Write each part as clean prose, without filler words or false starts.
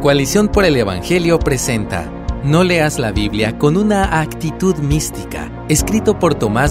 Coalición por el Evangelio presenta No leas la Biblia con una actitud mística, escrito por Tomás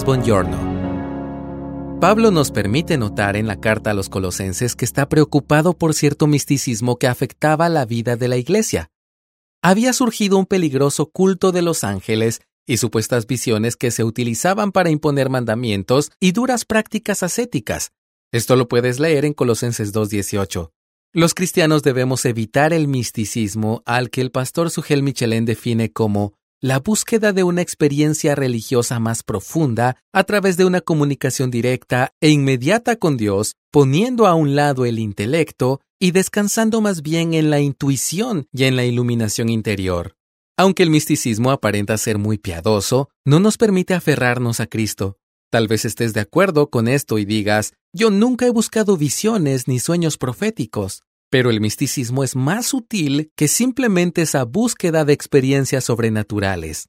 Bongiorno. Pablo nos permite notar en la carta a los Colosenses que está preocupado por cierto misticismo que afectaba la vida de la iglesia. Había surgido un peligroso culto de los ángeles y supuestas visiones que se utilizaban para imponer mandamientos y duras prácticas ascéticas. Esto lo puedes leer en Colosenses 2:18. Los cristianos debemos evitar el misticismo al que el pastor Sugel Michelén define como la búsqueda de una experiencia religiosa más profunda a través de una comunicación directa e inmediata con Dios, poniendo a un lado el intelecto y descansando más bien en la intuición y en la iluminación interior. Aunque el misticismo aparenta ser muy piadoso, no nos permite aferrarnos a Cristo. Tal vez estés de acuerdo con esto y digas, yo nunca he buscado visiones ni sueños proféticos. Pero el misticismo es más sutil que simplemente esa búsqueda de experiencias sobrenaturales.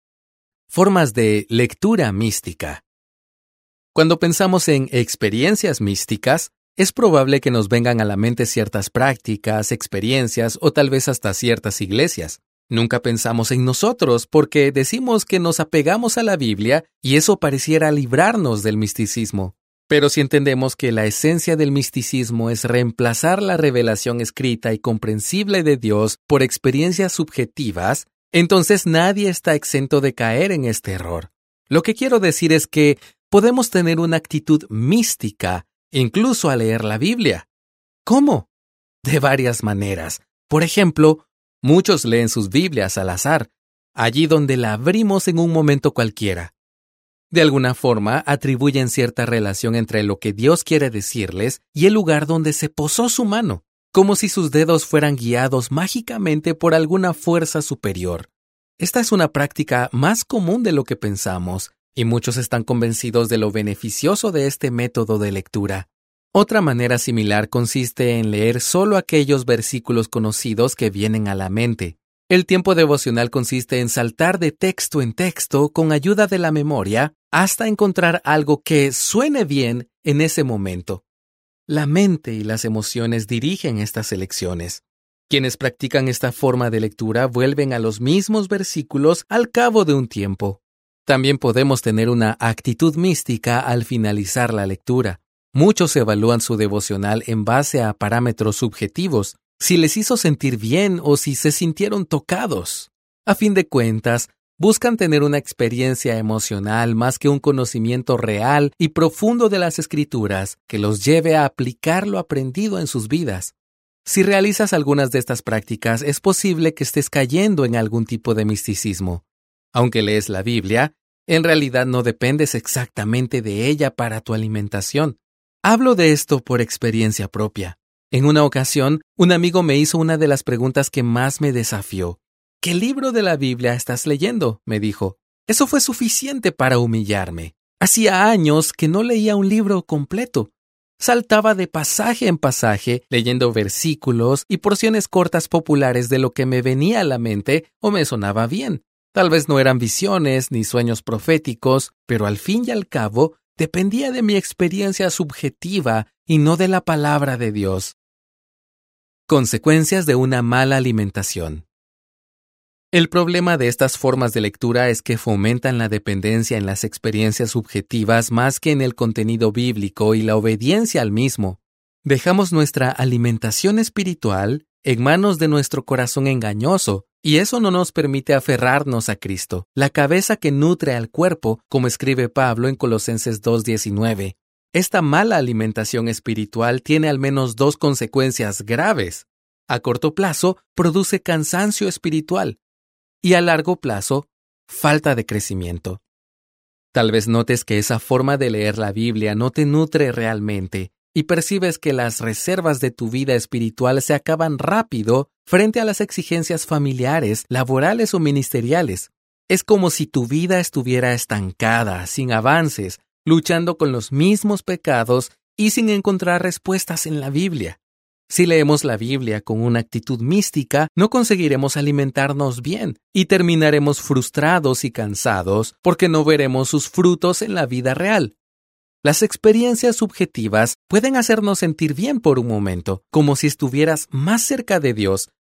Formas de lectura mística. Cuando pensamos en experiencias místicas, es probable que nos vengan a la mente ciertas prácticas, experiencias o tal vez hasta ciertas iglesias. Nunca pensamos en nosotros porque decimos que nos apegamos a la Biblia y eso pareciera librarnos del misticismo. Pero si entendemos que la esencia del misticismo es reemplazar la revelación escrita y comprensible de Dios por experiencias subjetivas, entonces nadie está exento de caer en este error. Lo que quiero decir es que podemos tener una actitud mística, incluso al leer la Biblia. ¿Cómo? De varias maneras. Por ejemplo, muchos leen sus Biblias al azar, allí donde la abrimos en un momento cualquiera. De alguna forma, atribuyen cierta relación entre lo que Dios quiere decirles y el lugar donde se posó su mano, como si sus dedos fueran guiados mágicamente por alguna fuerza superior. Esta es una práctica más común de lo que pensamos, y muchos están convencidos de lo beneficioso de este método de lectura. Otra manera similar consiste en leer solo aquellos versículos conocidos que vienen a la mente. El tiempo devocional consiste en saltar de texto en texto con ayuda de la memoria hasta encontrar algo que suene bien en ese momento. La mente y las emociones dirigen estas elecciones. Quienes practican esta forma de lectura vuelven a los mismos versículos al cabo de un tiempo. También podemos tener una actitud mística al finalizar la lectura. Muchos evalúan su devocional en base a parámetros subjetivos, si les hizo sentir bien o si se sintieron tocados. A fin de cuentas, buscan tener una experiencia emocional más que un conocimiento real y profundo de las Escrituras que los lleve a aplicar lo aprendido en sus vidas. Si realizas algunas de estas prácticas, es posible que estés cayendo en algún tipo de misticismo. Aunque lees la Biblia, en realidad no dependes exactamente de ella para tu alimentación. Hablo de esto por experiencia propia. En una ocasión, un amigo me hizo una de las preguntas que más me desafió. ¿Qué libro de la Biblia estás leyendo?, me dijo. Eso fue suficiente para humillarme. Hacía años que no leía un libro completo. Saltaba de pasaje en pasaje, leyendo versículos y porciones cortas populares de lo que me venía a la mente o me sonaba bien. Tal vez no eran visiones ni sueños proféticos, pero al fin y al cabo, dependía de mi experiencia subjetiva y no de la palabra de Dios. Consecuencias de una mala alimentación. El problema de estas formas de lectura es que fomentan la dependencia en las experiencias subjetivas más que en el contenido bíblico y la obediencia al mismo. Dejamos nuestra alimentación espiritual en manos de nuestro corazón engañoso, y eso no nos permite aferrarnos a Cristo, la cabeza que nutre al cuerpo, como escribe Pablo en Colosenses 2:19. Esta mala alimentación espiritual tiene al menos dos consecuencias graves. A corto plazo, produce cansancio espiritual y a largo plazo, falta de crecimiento. Tal vez notes que esa forma de leer la Biblia no te nutre realmente y percibes que las reservas de tu vida espiritual se acaban rápido frente a las exigencias familiares, laborales o ministeriales. Es como si tu vida estuviera estancada, sin avances, luchando con los mismos pecados y sin encontrar respuestas en la Biblia. Si leemos la Biblia con una actitud mística, no conseguiremos alimentarnos bien y terminaremos frustrados y cansados porque no veremos sus frutos en la vida real. Las experiencias subjetivas pueden hacernos sentir bien por un momento, como si estuvieras más cerca de Dios,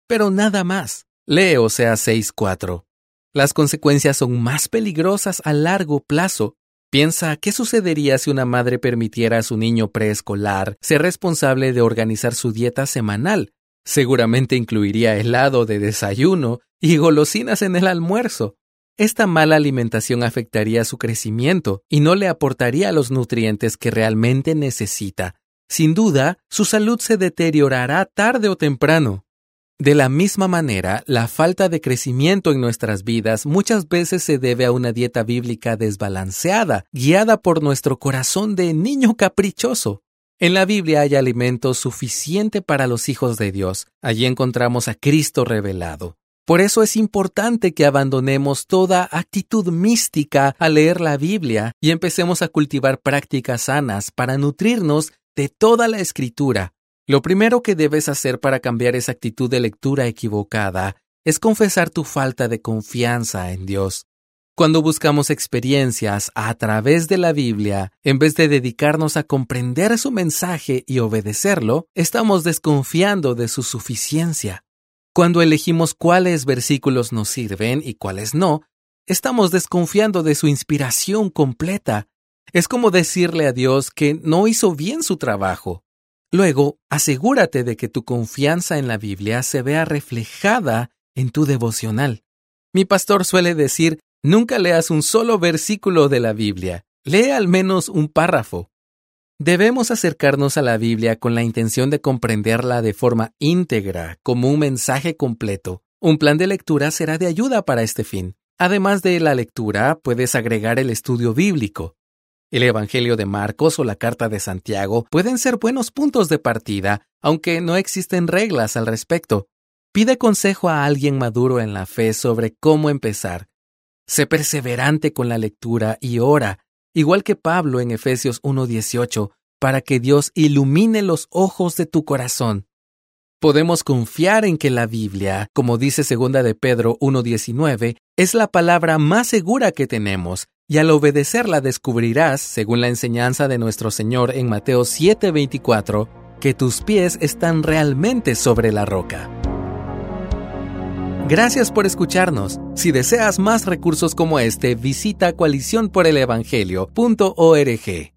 pero nada más. Lee Oseas 6:4. Las consecuencias son más peligrosas a largo plazo. Piensa, ¿qué sucedería si una madre permitiera a su niño preescolar ser responsable de organizar su dieta semanal? Seguramente incluiría helado de desayuno y golosinas en el almuerzo. Esta mala alimentación afectaría su crecimiento y no le aportaría los nutrientes que realmente necesita. Sin duda, su salud se deteriorará tarde o temprano. De la misma manera, la falta de crecimiento en nuestras vidas muchas veces se debe a una dieta bíblica desbalanceada, guiada por nuestro corazón de niño caprichoso. En la Biblia hay alimento suficiente para los hijos de Dios. Allí encontramos a Cristo revelado. Por eso es importante que abandonemos toda actitud mística al leer la Biblia y empecemos a cultivar prácticas sanas para nutrirnos de toda la Escritura. Lo primero que debes hacer para cambiar esa actitud de lectura equivocada es confesar tu falta de confianza en Dios. Cuando buscamos experiencias a través de la Biblia, en vez de dedicarnos a comprender su mensaje y obedecerlo, estamos desconfiando de su suficiencia. Cuando elegimos cuáles versículos nos sirven y cuáles no, estamos desconfiando de su inspiración completa. Es como decirle a Dios que no hizo bien su trabajo. Luego, asegúrate de que tu confianza en la Biblia se vea reflejada en tu devocional. Mi pastor suele decir, nunca leas un solo versículo de la Biblia, lee al menos un párrafo. Debemos acercarnos a la Biblia con la intención de comprenderla de forma íntegra, como un mensaje completo. Un plan de lectura será de ayuda para este fin. Además de la lectura, puedes agregar el estudio bíblico. El Evangelio de Marcos o la Carta de Santiago pueden ser buenos puntos de partida, aunque no existen reglas al respecto. Pide consejo a alguien maduro en la fe sobre cómo empezar. Sé perseverante con la lectura y ora, igual que Pablo en Efesios 1:18, para que Dios ilumine los ojos de tu corazón. Podemos confiar en que la Biblia, como dice 2 de Pedro 1:19, es la palabra más segura que tenemos, y al obedecerla descubrirás, según la enseñanza de nuestro Señor en Mateo 7:24, que tus pies están realmente sobre la roca. Gracias por escucharnos. Si deseas más recursos como este, visita coaliciónporelevangelio.org.